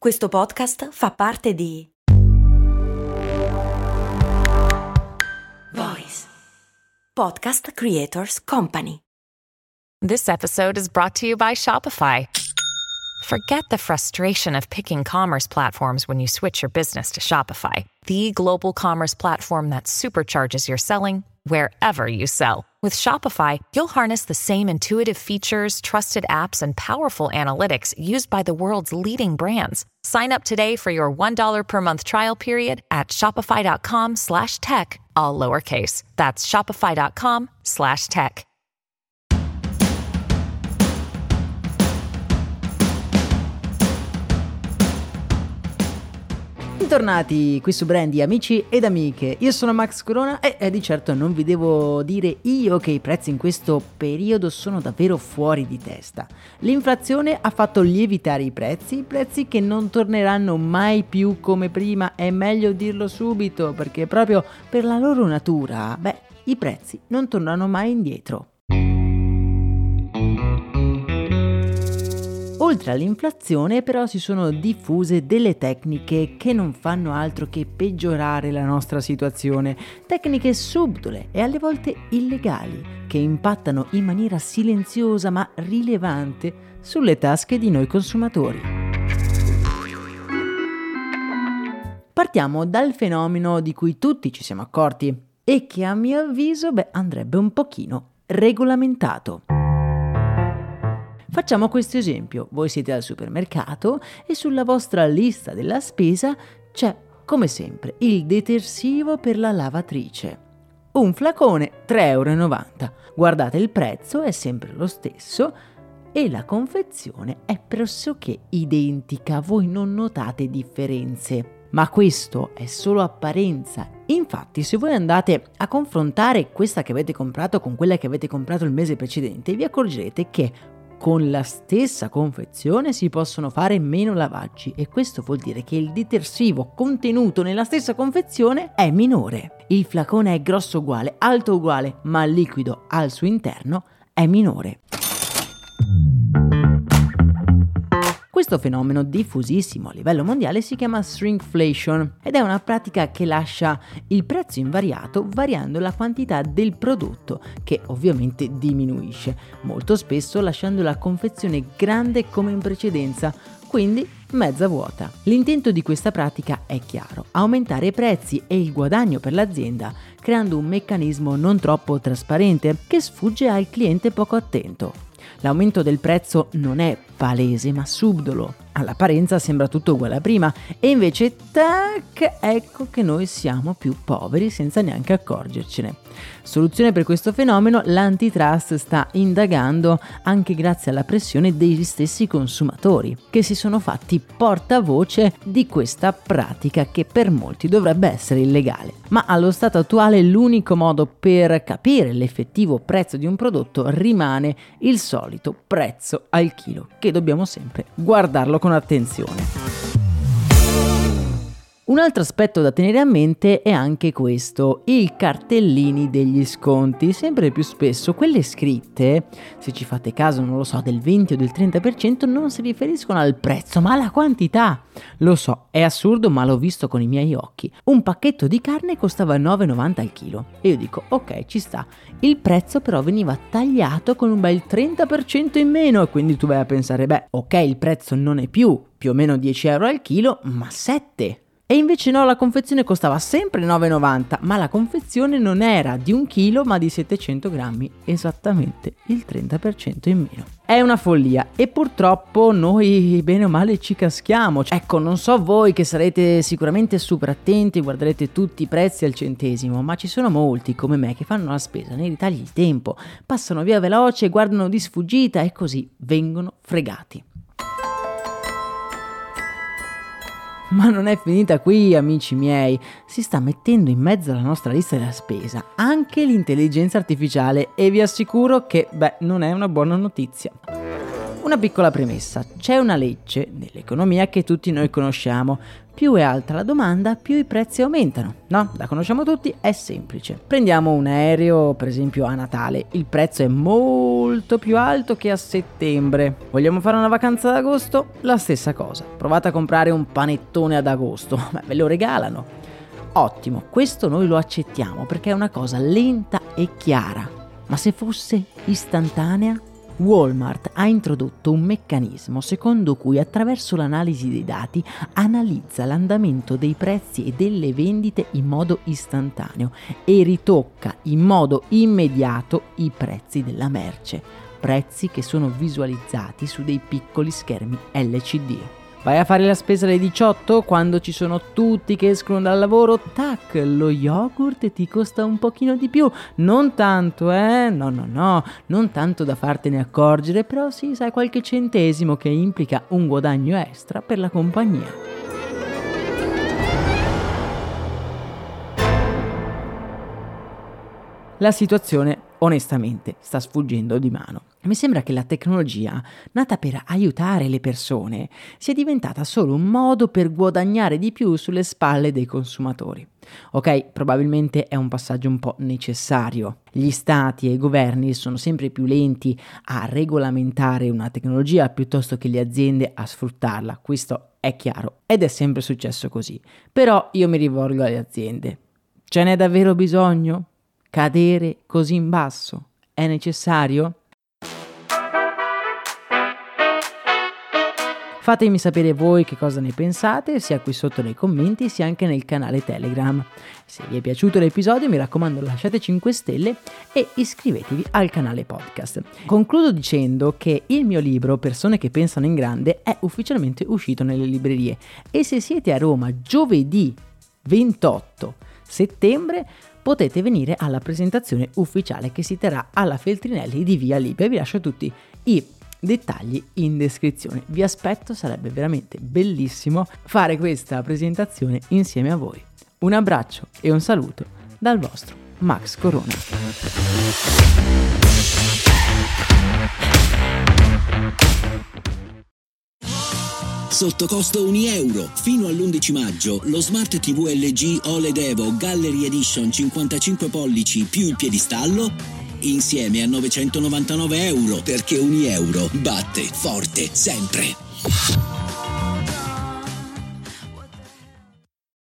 Questo podcast fa parte di Voice Podcast Creators Company. This episode is brought to you by Shopify. Forget the frustration of picking commerce platforms when you switch your business to Shopify, the global commerce platform that supercharges your selling wherever you sell. With Shopify, you'll harness the same intuitive features, trusted apps, and powerful analytics used by the world's leading brands. Sign up today for your $1 per month trial period at shopify.com/tech, all lowercase. That's shopify.com/tech. Bentornati qui su Brandy, amici ed amiche. Io sono Max Corona e di certo non vi devo dire io che i prezzi in questo periodo sono davvero fuori di testa. L'inflazione ha fatto lievitare i prezzi che non torneranno mai più come prima. È meglio dirlo subito, perché proprio per la loro natura, i prezzi non tornano mai indietro. Oltre all'inflazione però si sono diffuse delle tecniche che non fanno altro che peggiorare la nostra situazione, tecniche subdole e alle volte illegali che impattano in maniera silenziosa ma rilevante sulle tasche di noi consumatori. Partiamo dal fenomeno di cui tutti ci siamo accorti e che a mio avviso andrebbe un pochino regolamentato. Facciamo questo esempio: voi siete al supermercato e sulla vostra lista della spesa c'è, come sempre, il detersivo per la lavatrice. Un flacone, 3,90 €. Guardate, il prezzo è sempre lo stesso e la confezione è pressoché identica, voi non notate differenze. Ma questo è solo apparenza. Infatti, se voi andate a confrontare questa che avete comprato con quella che avete comprato il mese precedente, vi accorgerete che con la stessa confezione si possono fare meno lavaggi e questo vuol dire che il detersivo contenuto nella stessa confezione è minore. Il flacone è grosso uguale, alto uguale, ma il liquido al suo interno è minore. Questo fenomeno diffusissimo a livello mondiale si chiama shrinkflation ed è una pratica che lascia il prezzo invariato variando la quantità del prodotto, che ovviamente diminuisce, molto spesso lasciando la confezione grande come in precedenza, quindi mezza vuota. L'intento di questa pratica è chiaro: aumentare i prezzi e il guadagno per l'azienda, creando un meccanismo non troppo trasparente che sfugge al cliente poco attento. L'aumento del prezzo non è palese ma subdolo. All'apparenza sembra tutto uguale a prima e invece tac, ecco che noi siamo più poveri senza neanche accorgercene. Soluzione per questo fenomeno: l'antitrust sta indagando anche grazie alla pressione degli stessi consumatori, che si sono fatti portavoce di questa pratica che per molti dovrebbe essere illegale. Ma allo stato attuale l'unico modo per capire l'effettivo prezzo di un prodotto rimane il solito prezzo al chilo, che dobbiamo sempre guardarlo con attenzione. Un altro aspetto da tenere a mente è anche questo: i cartellini degli sconti. Sempre più spesso quelle scritte, se ci fate caso, non lo so, del 20 o del 30%, non si riferiscono al prezzo ma alla quantità. Lo so, è assurdo, ma l'ho visto con i miei occhi. Un pacchetto di carne costava 9,90 al chilo e io dico ok, ci sta. Il prezzo però veniva tagliato con un bel 30% in meno e quindi tu vai a pensare ok, il prezzo non è più o meno 10 € al chilo ma 7. E invece no, la confezione costava sempre 9,90, ma la confezione non era di 1 chilo ma di 700 grammi, esattamente il 30% in meno. È una follia e purtroppo noi bene o male ci caschiamo. Ecco, non so voi che sarete sicuramente super attenti, guarderete tutti i prezzi al centesimo, ma ci sono molti come me che fanno la spesa nei ritagli di tempo, passano via veloce, guardano di sfuggita e così vengono fregati. Ma non è finita qui, amici miei. Si sta mettendo in mezzo alla nostra lista della spesa anche l'intelligenza artificiale e vi assicuro che, non è una buona notizia. Una piccola premessa: c'è una legge nell'economia che tutti noi conosciamo. Più è alta la domanda, più i prezzi aumentano. No, la conosciamo tutti, è semplice. Prendiamo un aereo, per esempio a Natale. Il prezzo è molto più alto che a settembre. Vogliamo fare una vacanza ad agosto? La stessa cosa. Provate a comprare un panettone ad agosto, ve lo regalano. Ottimo, questo noi lo accettiamo perché è una cosa lenta e chiara. Ma se fosse istantanea? Walmart ha introdotto un meccanismo secondo cui attraverso l'analisi dei dati analizza l'andamento dei prezzi e delle vendite in modo istantaneo e ritocca in modo immediato i prezzi della merce, prezzi che sono visualizzati su dei piccoli schermi LCD. Vai a fare la spesa alle 18 quando ci sono tutti che escono dal lavoro, tac, lo yogurt ti costa un pochino di più, non tanto, no, non tanto da fartene accorgere, però sì, sai, qualche centesimo che implica un guadagno extra per la compagnia. La situazione onestamente sta sfuggendo di mano. Mi sembra che la tecnologia, nata per aiutare le persone, sia diventata solo un modo per guadagnare di più sulle spalle dei consumatori. Ok, probabilmente è un passaggio un po' necessario. Gli stati e i governi sono sempre più lenti a regolamentare una tecnologia piuttosto che le aziende a sfruttarla. Questo è chiaro ed è sempre successo così. Però io mi rivolgo alle aziende. Ce n'è davvero bisogno? Cadere così in basso? È necessario? Fatemi sapere voi che cosa ne pensate, sia qui sotto nei commenti, sia anche nel canale Telegram. Se vi è piaciuto l'episodio, mi raccomando, lasciate 5 stelle e iscrivetevi al canale podcast. Concludo dicendo che il mio libro, Persone che pensano in grande, è ufficialmente uscito nelle librerie e se siete a Roma giovedì 28 settembre potete venire alla presentazione ufficiale che si terrà alla Feltrinelli di Via Libia. Vi lascio tutti i dettagli in descrizione. Vi aspetto, sarebbe veramente bellissimo fare questa presentazione insieme a voi. Un abbraccio e un saluto dal vostro Max Corona. Sotto costo €1. Fino all'11 maggio lo Smart TV LG OLED Evo Gallery Edition 55 pollici più il piedistallo insieme a €999, perché €1 batte forte sempre.